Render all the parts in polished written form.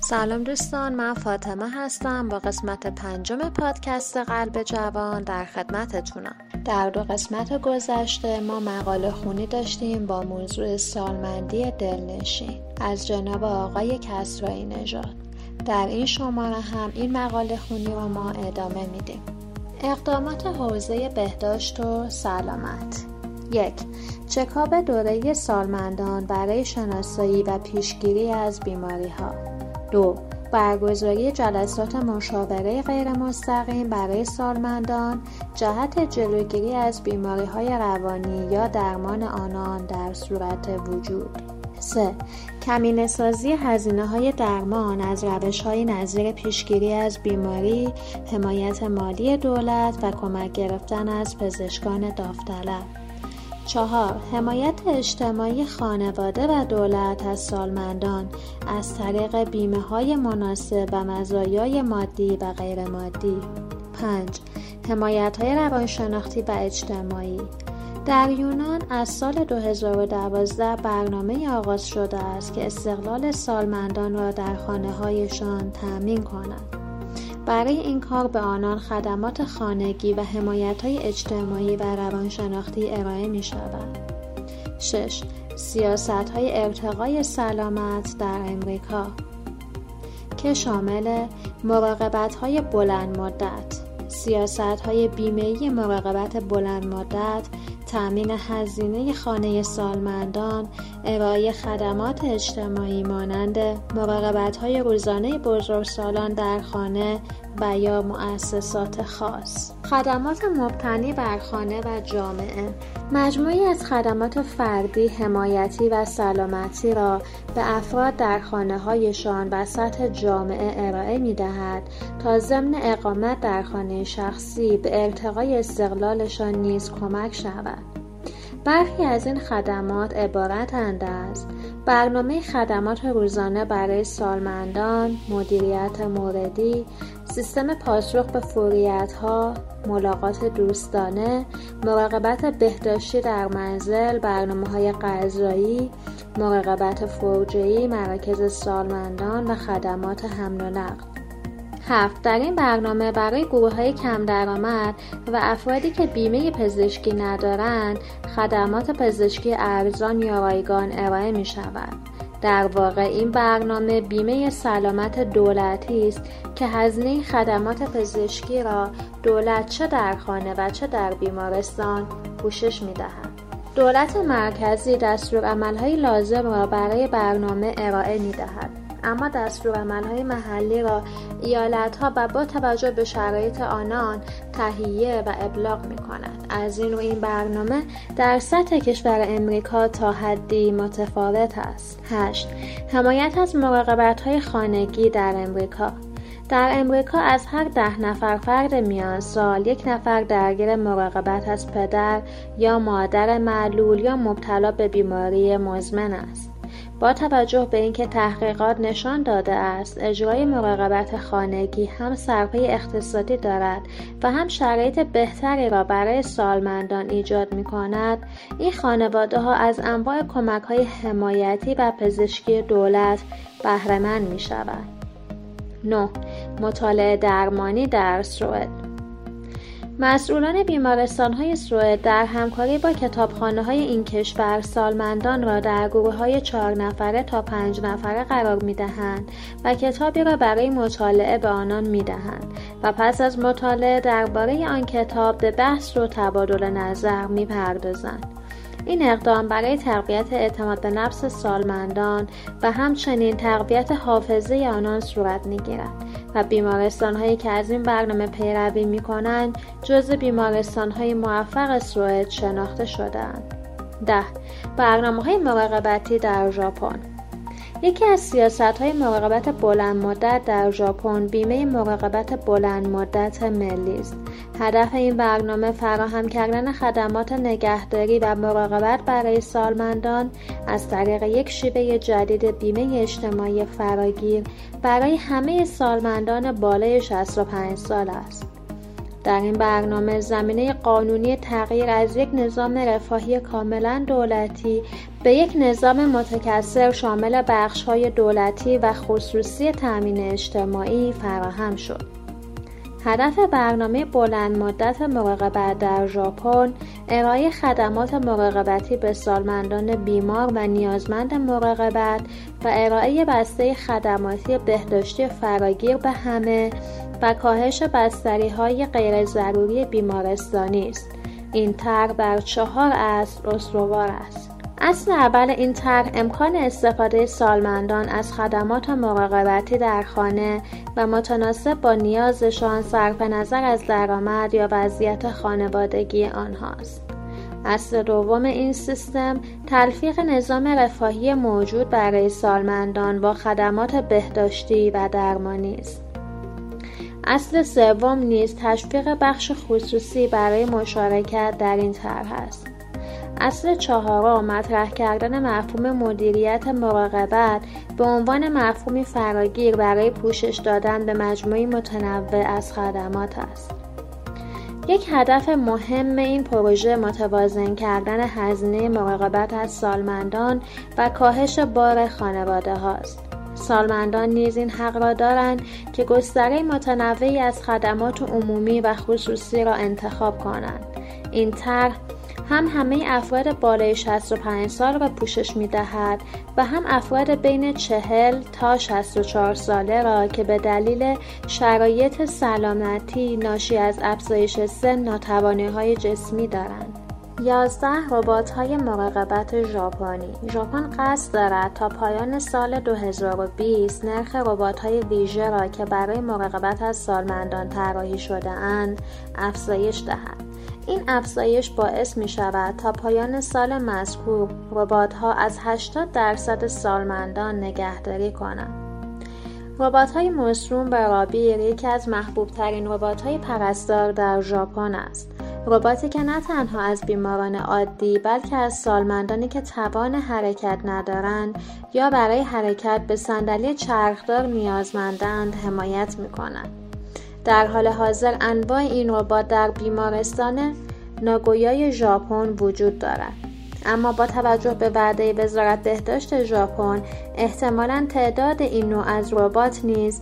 سلام دوستان، من فاطمه هستم با قسمت 5 پادکست قلب جوان در خدمتتونم. در 2 قسمت گذشته ما مقاله خونی داشتیم با موضوع سالمندی دلنشین از جناب آقای کسرایی نژاد. در این شماره هم این مقاله خونی رو ما ادامه میدیم. اقدامات حوزه بهداشت و سلامت. 1. چکاپ دوره سالمندان برای شناسایی و پیشگیری از بیماری‌ها. 2. برگزاری جلسات مشاوره غیر مستقیم برای سالمندان جهت جلوگیری از بیماری‌های روانی یا درمان آنان در صورت وجود. 3. کمینه‌سازی هزینه‌های درمان از روش‌های نظیر پیشگیری از بیماری، حمایت مالی دولت و کمک گرفتن از پزشکان داوطلب. 4. حمایت اجتماعی خانواده و دولت از سالمندان از طریق بیمه‌های مناسب و مزایای مادی و غیر مادی. 5. حمایت‌های روانشناختی و اجتماعی. در یونان از سال 2012 برنامه آغاز شده است که استقلال سالمندان را در خانه‌هایشان تأمین کند. برای این کار به آنان خدمات خانگی و حمایت‌های اجتماعی و روانشناختی ارائه می‌شود. 6. سیاست‌های ارتقای سلامت در امریکا که شامل مراقبت‌های بلند مدت، سیاست‌های بیمه‌ای مراقبت بلند مدت، تأمین هزینه خانه سالمندان، ارائه خدمات اجتماعی مانند مراقبت‌های روزانه بزرگسالان در خانه و یا مؤسسات خاص. خدمات مبتنی بر خانه و جامعه. مجموعی از خدمات فردی، حمایتی و سلامتی را به افراد در خانه‌هایشان و سطح جامعه ارائه می‌دهد تا ضمن اقامت در خانه شخصی به ارتقای استقلالشان نیز کمک شود. برخی از این خدمات عبارتند از برنامه خدمات روزانه برای سالمندان، مدیریت موردی، سیستم پاسخ به فوریت‌ها، ملاقات دوستانه، مراقبت بهداشتی در منزل، برنامه‌های غذایی، مراقبت فرجه‌ای، مراکز سالمندان و خدمات حمل و نقل. 7. در این برنامه برای گروه‌های کم درآمد و افرادی که بیمه پزشکی ندارند، خدمات پزشکی ارزان یا رایگان ارائه می‌شود. در واقع این برنامه بیمه سلامت دولتی است که هزینه خدمات پزشکی را دولت چه در خانه و چه در بیمارستان پوشش می‌دهد. دولت مرکزی دستورالعمل‌های لازم را برای برنامه ارائه می‌دهد، اما دستورالعمل‌های محلی را ایالت‌ها و با توجه به شرایط آنان تهیه و ابلاغ می‌کنند. از این رو این برنامه در سطح کشور امریکا تا حدی متفاوت است. 8. حمایت از مراقبت‌های خانگی در امریکا. در امریکا از هر 10 نفر فرد میان سال 1 نفر درگیر مراقبت از پدر یا مادر معلول یا مبتلا به بیماری مزمن است. با توجه به اینکه تحقیقات نشان داده است اجرای مراقبت خانگی هم صرفه اقتصادی دارد و هم شرایط بهتری را برای سالمندان ایجاد می‌کند، این خانواده‌ها از انواع کمک‌های حمایتی و پزشکی دولت بهره‌مند می‌شوند. 9. مطالعه درمانی در سوئد. مسئولان بیمارستان‌های سوئد در همکاری با کتابخانه‌های این کشور سالمندان را در گروه‌های 4 نفره تا 5 نفره قرار می‌دهند و کتابی را برای مطالعه به آنان می‌دهند و پس از مطالعه درباره آن کتاب به بحث و تبادل نظر می‌پردازند. این اقدام برای تقویت اعتماد به نفس سالمندان و همچنین تقویت حافظه آنان صورت می‌گیرد و بیمارستان‌هایی که از این برنامه پیروی می‌کنند جزو بیمارستان‌های موفق سوئد شناخته شده‌اند. 10. برنامه‌های مراقبتی در ژاپن. یکی از سیاست‌های مراقبت بلند مدت در ژاپن بیمه مراقبت بلند مدت ملی است. هدف این برنامه فراهم کردن خدمات نگهداری و مراقبت برای سالمندان از طریق یک شیوه جدید بیمه اجتماعی فراگیر برای همه سالمندان بالای 65 سال است. در این برنامه زمینه قانونی تغییر از یک نظام رفاهی کاملا دولتی به یک نظام متکثر شامل بخش‌های دولتی و خصوصی تامین اجتماعی فراهم شد. هدف برنامه بلند مدت مراقبت در ژاپن ارائه خدمات مراقبتی به سالمندان بیمار و نیازمند مراقبت و ارائه بسته خدماتی بهداشتی فراگیر به همه و کاهش بستری‌های غیر ضروری بیمارستانی است. این طرح بر 4 اصل استوار است. اصل اول این طرح امکان استفاده سالمندان از خدمات مراقبتی در خانه و متناسب با نیازشان صرف نظر از درآمد یا وضعیت خانوادگی آنهاست. اصل دوم این سیستم تلفیق نظام رفاهی موجود برای سالمندان با خدمات بهداشتی و درمانی است. اصل سوم نیز تشویق بخش خصوصی برای مشارکت در این طرح است. اصل چهارم مطرح کردن مفهوم مدیریت مراقبت به عنوان مفهومی فراگیر برای پوشش دادن به مجموعی متنوع از خدمات است. یک هدف مهم این پروژه متوازن کردن هزینه مراقبت از سالمندان و کاهش بار خانواده هاست. سالمندان نیز این حق را دارند که گستره متنوعی از خدمات عمومی و خصوصی را انتخاب کنند. این طرح هم همه افراد بالای 65 سال را پوشش می‌دهد و هم افراد بین 40 تا 64 ساله را که به دلیل شرایط سلامتی ناشی از افزایش سن ناتوانی‌های جسمی دارند. 11 ربات‌های مراقبت ژاپنی. ژاپن قصد دارد تا پایان سال 2020 نرخ ربات‌های ویژه را که برای مراقبت از سالمندان طراحی شده‌اند افزایش دهد. این افزایش باعث می شود تا پایان سال مذکور ربات‌ها از 80% سالمندان نگهداری کنند. ربات‌های موسوم به رابیر یکی از محبوب‌ترین ربات‌های پرستار در ژاپن است. رباتی که نه تنها از بیماران عادی بلکه از سالمندانی که توان حرکت ندارند یا برای حرکت به صندلی چرخدار نیازمندند حمایت می‌کند. در حال حاضر انواع این ربات در بیمارستان ناگویای ژاپن وجود دارد، اما با توجه به وعده وزارت بهداشت ژاپن احتمالاً تعداد این نوع از ربات نیز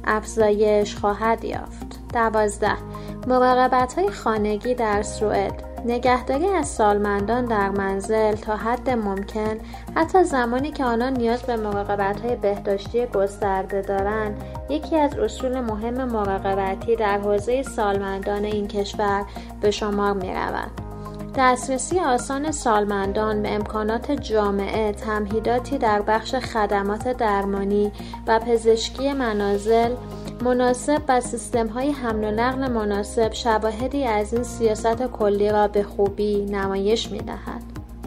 افزایش خواهد یافت. 12 مراقبت‌های خانگی در سوئد. نگهداری از سالمندان در منزل تا حد ممکن، حتی زمانی که آنان نیاز به مراقبت‌های بهداشتی گسترده دارند، یکی از اصول مهم مراقبتی در حوزه سالمندان این کشور به شمار می‌رود. دسترسی آسان سالمندان به امکانات جامعه، تمهیداتی در بخش خدمات درمانی و پزشکی منازل مناسب و سیستم‌های حمل و نقل مناسب شواهدی از این سیاست کلی را به خوبی نمایش می‌دهد.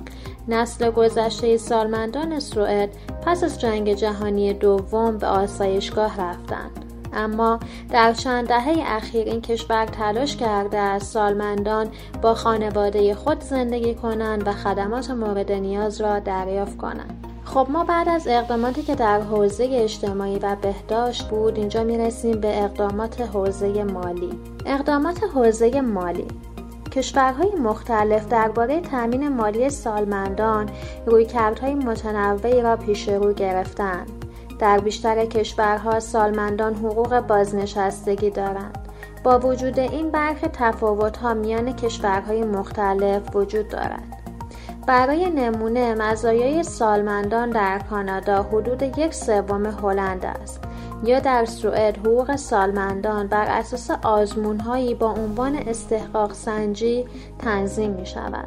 نسل گذشته سالمندان سوئد پس از جنگ جهانی دوم به آسایشگاه رفتند، اما در چند دهه اخیر این کشور تلاش کرده است سالمندان با خانواده خود زندگی کنند و خدمات مورد نیاز را دریافت کنند. خب ما بعد از اقداماتی که در حوزه اجتماعی و بهداشت بود اینجا میرسیم به اقدامات حوزه مالی. اقدامات حوزه مالی. کشورهای مختلف درباره تامین مالی سالمندان رویکردهای متنوعی را پیش رو گرفتند. در بیشتر کشورها سالمندان حقوق بازنشستگی دارند. با وجود این برخی تفاوت‌ها میان کشورهای مختلف وجود دارد. برای نمونه مزایای سالمندان در کانادا حدود 1/3 هلند است، یا در سوئد حقوق سالمندان بر اساس آزمون‌هایی با عنوان استحقاق سنجی تنظیم می‌شود.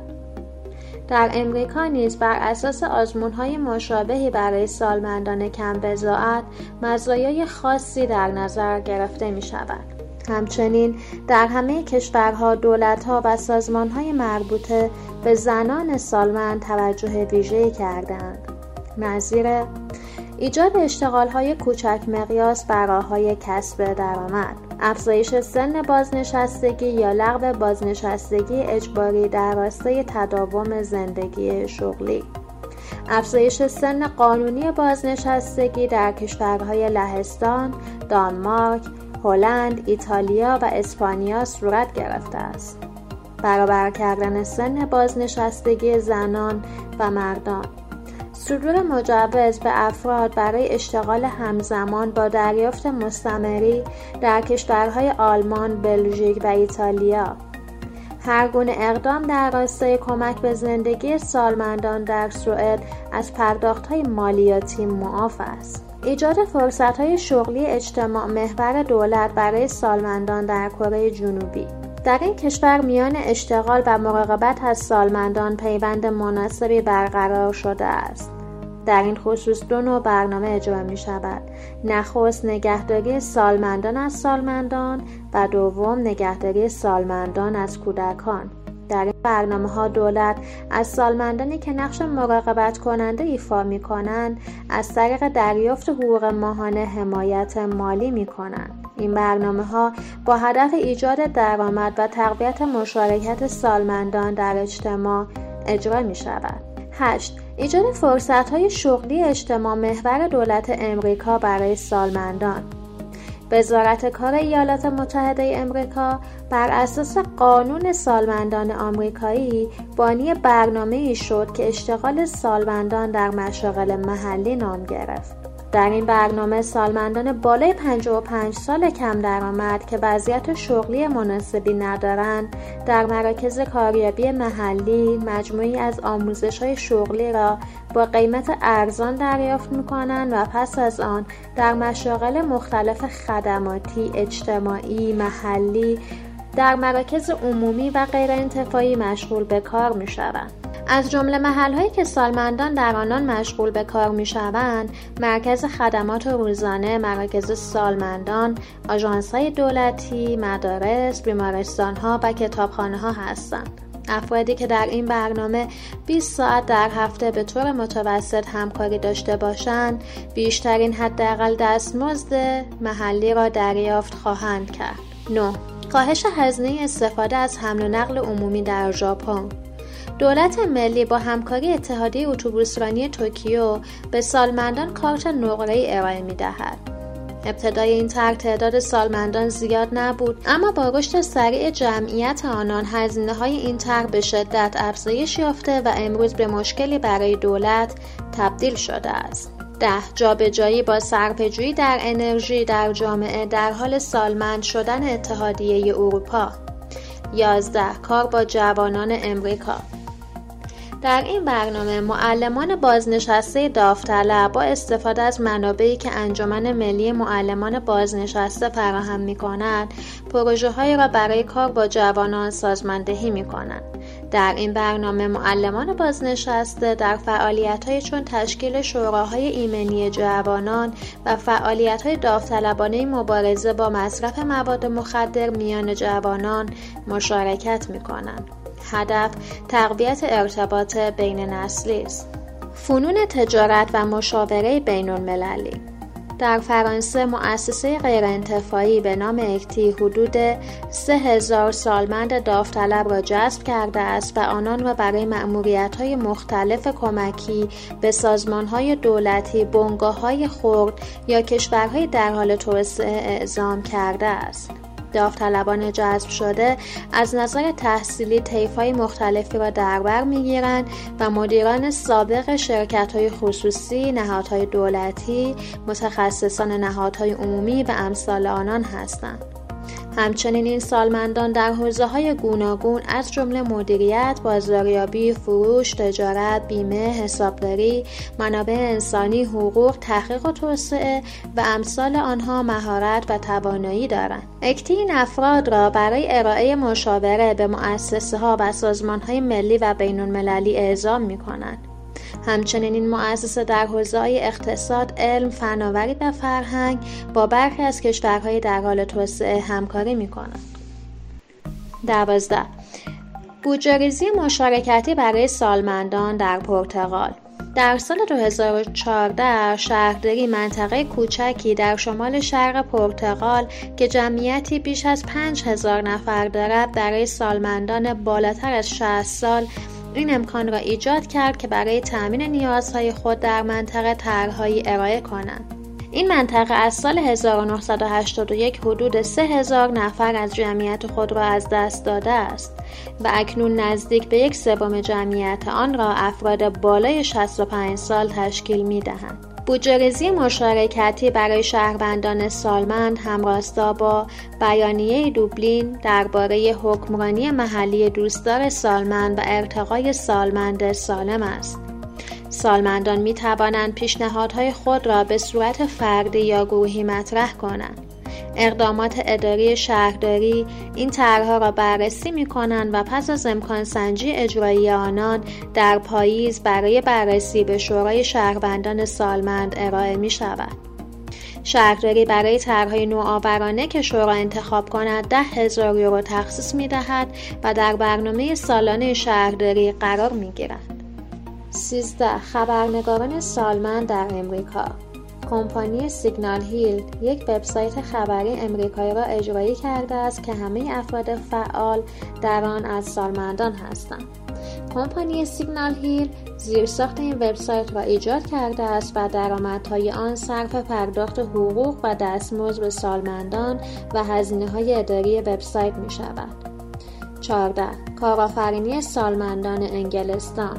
در امریکا نیز بر اساس آزمون‌های مشابهی برای سالمندان کم بضاعت مزایای خاصی در نظر گرفته می‌شود. همچنین در همه کشورها دولت‌ها و سازمان‌های مربوطه به زنان سالمند توجه ویژه‌ای کردند، نظیر ایجاد اشتغال‌های کوچک مقیاس بر راه‌های کسب درآمد، افزایش سن بازنشستگی یا لغو بازنشستگی اجباری در راستای تداوم زندگی شغلی، افزایش سن قانونی بازنشستگی در کشورهای لهستان، دانمارک، هلند، ایتالیا و اسپانیا صورت گرفته است. برابر کردن سن بازنشستگی زنان و مردان، صدور مجوز به افراد برای اشتغال همزمان با دریافت مستمری در کشورهای آلمان، بلژیک و ایتالیا. هر گونه اقدام در راستای کمک به زندگی سالمندان در سوئد از پرداخت‌های مالیاتی معاف است. ایجاد فرصت‌های شغلی اجتماع محور دولت برای سالمندان در کره جنوبی. در این کشور میان اشتغال و مراقبت از سالمندان پیوند مناسبی برقرار شده است. در این خصوص 2 نوع برنامه اجرا می شود. نخست نگهداری سالمندان از سالمندان و دوم نگهداری سالمندان از کودکان. در این برنامه‌ها دولت از سالمندانی که نقش مراقبت کننده ایفا می کنند از طریق دریافت حقوق ماهانه حمایت مالی می کنند. این برنامه‌ها با هدف ایجاد درآمد و تقویت مشارکت سالمندان در اجتماع اجرا می شود. 8. ایجاد فرصت‌های شغلی اجتماع محور دولت امریکا برای سالمندان. وزارت کار ایالات متحده امریکا بر اساس قانون سالمندان آمریکایی بانی برنامه‌ای شد که اشتغال سالمندان در مشاغل محلی نام گرفت. در این برنامه سالمندان بالای 55 سال کم درآمد که وضعیت شغلی مناسبی ندارند در مراکز کاریابی محلی مجموعی از آموزش‌های شغلی را با قیمت ارزان دریافت می‌کنند و پس از آن در مشاغل مختلف خدماتی، اجتماعی، محلی، در مراکز عمومی و غیر انتفاعی مشغول به کار می‌شوند. از جمله محل‌هایی که سالمندان در آنان مشغول به کار می‌شوند، مرکز خدمات روزانه، مراکز سالمندان، آژانس‌های دولتی، مدارس، بیمارستان‌ها و کتابخانه‌ها هستند. افرادی که در این برنامه 20 ساعت در هفته به طور متوسط همکاری داشته باشند، بیشترین حداقل دستمزد محلی را دریافت خواهند کرد. 9. کاهش هزینه استفاده از حمل و نقل عمومی در ژاپن. دولت ملی با همکاری اتحادیه اتوبوسرانی توکیو به سالمندان کارت نقره‌ای ارائه می‌دهد. ابتدای این طرح تعداد سالمندان زیاد نبود، اما با رشد سریع جمعیت آنان هزینه‌های این طرح به شدت افزایش یافته و امروز به مشکلی برای دولت تبدیل شده است. 10. جابجایی با صرفه‌جویی در انرژی در جامعه در حال سالمند شدن اتحادیه اروپا. 11. کار با جوانان امریکا. در این برنامه معلمان بازنشسته داوطلب با استفاده از منابعی که انجمن ملی معلمان بازنشسته فراهم می‌کند، پروژه‌هایی را برای کار با جوانان سازماندهی می‌کنند. در این برنامه معلمان بازنشسته در فعالیت‌های چون تشکیل شوراهای ایمنی جوانان و فعالیت‌های داوطلبانه مبارزه با مصرف مواد مخدر میان جوانان مشارکت می‌کنند. هدف تقویت ارتباط بین نسلی است. فنون تجارت و مشاوره بین المللی. در فرانسه مؤسسه غیرانتفاعی به نام اکتی حدود 3000 سالمند داوطلب را جذب کرده است و آنان را برای مأموریت‌های مختلف کمکی به سازمان‌های دولتی، بنگاه‌های خرد یا کشورهای در حال توسعه اعزام کرده است. داوطلبان جذب شده از نظر تحصیلی طیف‌های مختلفی را در بر می‌گیرند و مدیران سابق شرکت‌های خصوصی، نهادهای دولتی، متخصصان نهادهای عمومی و امثال آنان هستند. همچنین این سالمندان در حوزه‌های گوناگون از جمله مدیریت، بازاریابی، فروش، تجارت، بیمه، حسابداری، منابع انسانی، حقوق، تحقیق و توسعه و امثال آنها مهارت و توانایی دارند. اکتی این افراد را برای ارائه مشاوره به مؤسسه‌ها و سازمان‌های ملی و بین‌المللی اعزام می‌کنند. همچنین این مؤسسه در حوزه‌های اقتصاد، علم، فناوری و فرهنگ با برخی از کشورهای در حال توسعه همکاری می‌کنند. 12. بودجه‌ریزی مشارکتی برای سالمندان در پرتغال. در سال 2014 شهرداری منطقه کوچکی در شمال شرق پرتغال که جمعیتی بیش از 5000 نفر دارد برای سالمندان بالاتر از 60 سال این امکان را ایجاد کرد که برای تأمین نیازهای خود در منطقه طرح‌هایی ارائه کنند. این منطقه از سال 1981 حدود 3000 نفر از جمعیت خود را از دست داده است و اکنون نزدیک به 1/3 جمعیت آن را افراد بالای 65 سال تشکیل می‌دهند. بودجه‌ریزی مشارکتی برای شهروندان سالمند همراستا با بیانیه دوبلین درباره حکمرانی محلی دوستدار سالمند و ارتقای سالمند سالم است. سالمندان می توانند پیشنهادهای خود را به صورت فردی یا گروهی مطرح کنند. اقدامات اداری شهرداری این طرح‌ها را بررسی می‌کنند و پس از امکان سنجی اجرایی آنان در پاییز برای بررسی به شورای شهروندان سالمند ارائه می‌شود. شهرداری برای طرح‌های نوآورانه که شورا انتخاب کند 10,000 یورو تخصیص می‌دهد و در برنامه سالانه شهرداری قرار می‌گیرد. 13. خبرنگاران سالمند در امریکا. کمپانی سیگنال هیل یک وبسایت خبری امریکایی را اجرایی کرده است که همه افراد فعال در آن از سالمندان هستند. کمپانی سیگنال هیل زیرساخت این وبسایت را ایجاد کرده است و درآمدهای آن صرف پرداخت حقوق و دستمزد به سالمندان و هزینه‌های اداری وبسایت می‌شود. 14. کارآفرینی سالمندان انگلستان.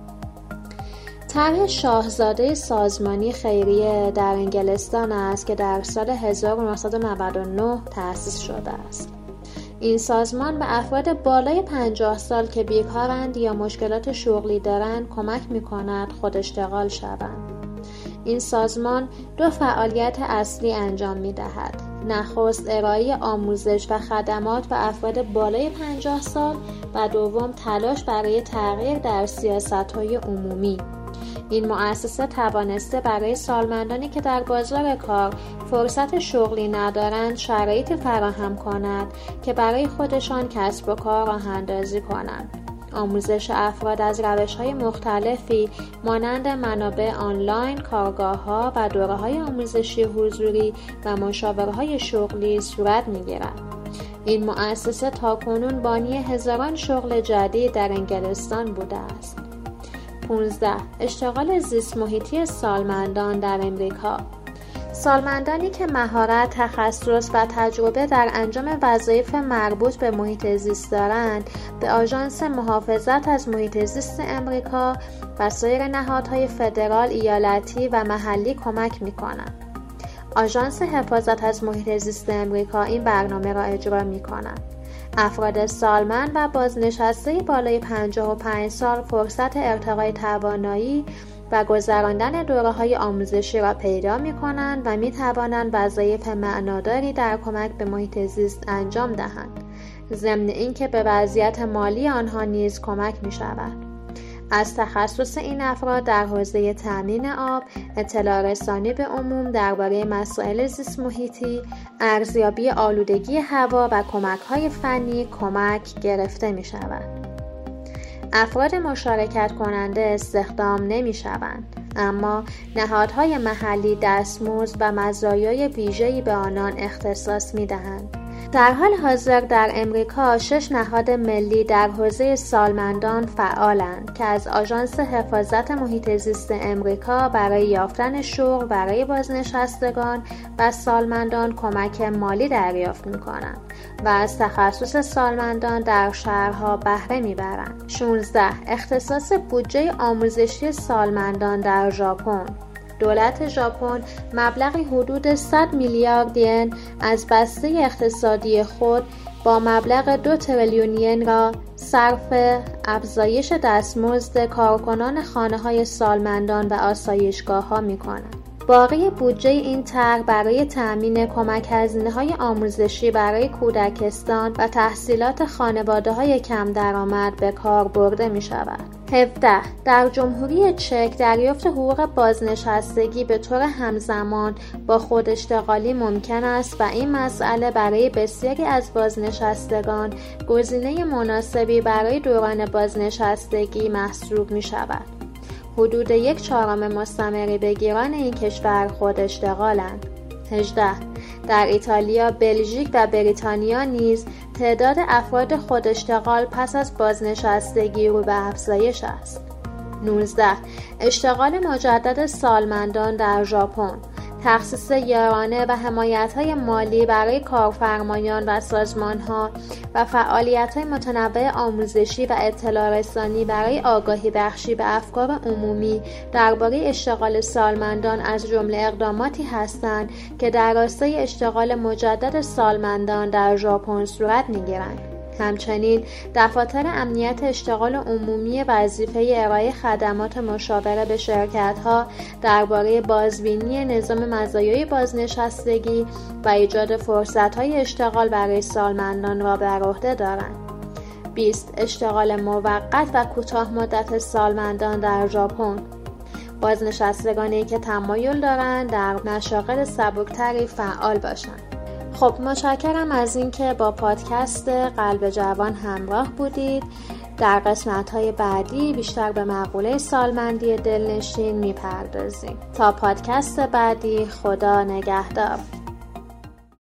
طرح شاهزاده سازمانی خیریه در انگلستان است که در سال 1999 تأسیس شده است. این سازمان به افراد بالای 50 سال که بیکارند یا مشکلات شغلی دارند کمک می‌کند خود اشتغال شوند. این سازمان 2 فعالیت اصلی انجام می‌دهد. نخست ارائه آموزش و خدمات به افراد بالای 50 سال و دوم تلاش برای تغییر در سیاست‌های عمومی. این مؤسسه توانسته برای سالمندانی که در بازار کار فرصت شغلی ندارند شرایطی فراهم کند که برای خودشان کسب و کار راه‌اندازی کنند. آموزش افراد از روش‌های مختلفی مانند منابع آنلاین، کارگاه‌ها و دوره‌های آموزشی حضوری و مشاوره‌های شغلی صورت می‌گیرد. این مؤسسه تاکنون بانی هزاران شغل جدید در انگلستان بوده است. 15. اشتغال زیست محیطی سالمندان در امریکا. سالمندانی که مهارت، تخصص و تجربه در انجام وظایف مربوط به محیط زیست دارند، به آژانس محافظت از محیط زیست امریکا و سایر نهادهای فدرال، ایالتی و محلی کمک می‌کنند. آژانس حفاظت از محیط زیست امریکا این برنامه را اجرا می‌کند. افراد سالمند و بازنشسته بالای 55 سال فرصت ارتقای توانایی و گذراندن دوره‌های آموزشی را پیدا می‌کنند و می‌توانند وظایف معناداری در کمک به محیط زیست انجام دهند، ضمن اینکه به وضعیت مالی آنها نیز کمک می‌شود. از تخصص این افراد در حوزه تامین آب، اطلاع رسانی به عموم درباره مسائل زیست محیطی، ارزیابی آلودگی هوا و کمک‌های فنی کمک گرفته می‌شود. افراد مشارکت کننده استخدام نمی‌شوند، اما نهادهای محلی دستمزد و مزایای ویژه‌ای به آنان اختصاص می‌دهند. در حال حاضر در امریکا 6 نهاد ملی در حوزه سالمندان فعالند که از آژانس حفاظت محیط زیست امریکا برای یافتن شغل برای بازنشستگان و سالمندان کمک مالی دریافت می‌کنند و از تخصص سالمندان در شهرها بهره می‌برند. 16. اختصاص بودجه آموزشی سالمندان در ژاپن. دولت ژاپن مبلغی حدود 100 میلیارد ین از بسته اقتصادی خود با مبلغ 2 تریلیون ین را صرف افزایش دستمزد کارکنان خانه‌های سالمندان و آسایشگاه‌ها می‌کند. باقی بودجه این طرح برای تأمین کمک هزینه‌های آموزشی برای کودکستان و تحصیلات خانواده‌های کم درآمد به کار برده می‌شود. 17. در جمهوری چک دریافت حقوق بازنشستگی به طور همزمان با خوداشتغالی ممکن است و این مسئله برای بسیاری از بازنشستگان گزینه مناسبی برای دوران بازنشستگی محسوب می‌شود. حدود 1/4 مستمری بگیران این کشور خود اشتغالند. 18. در ایتالیا، بلژیک و بریتانیا نیز تعداد افراد خود اشتغال پس از بازنشستگی رو به افزایش است. 19. اشتغال مجدد سالمندان در ژاپن. تخصیص یارانه و حمایت‌های مالی برای کارفرمایان و سازمان‌ها و فعالیت‌های متنوع آموزشی و اطلاع رسانی برای آگاهی بخشی به افکار عمومی درباره اشتغال سالمندان از جمله اقداماتی هستند که در راستای اشتغال مجدد سالمندان در ژاپن صورت می‌گیرند. همچنین دفاتر امنیت اشتغال عمومی وظیفه ارائه خدمات مشاوره به شرکت‌ها درباره بازبینی نظام مزایای بازنشستگی و ایجاد فرصت‌های اشتغال برای سالمندان را بر عهده دارند. 20. اشتغال موقت و کوتاه مدت سالمندان در ژاپن. بازنشستگانی که تمایل دارند در مشاغل سبکتری فعال باشند. خب متشکرم از اینکه با پادکست قلب جوان همراه بودید. در قسمت‌های بعدی بیشتر به مقوله سالمندی دلنشین میپردازیم. تا پادکست بعدی، خدا نگهدار.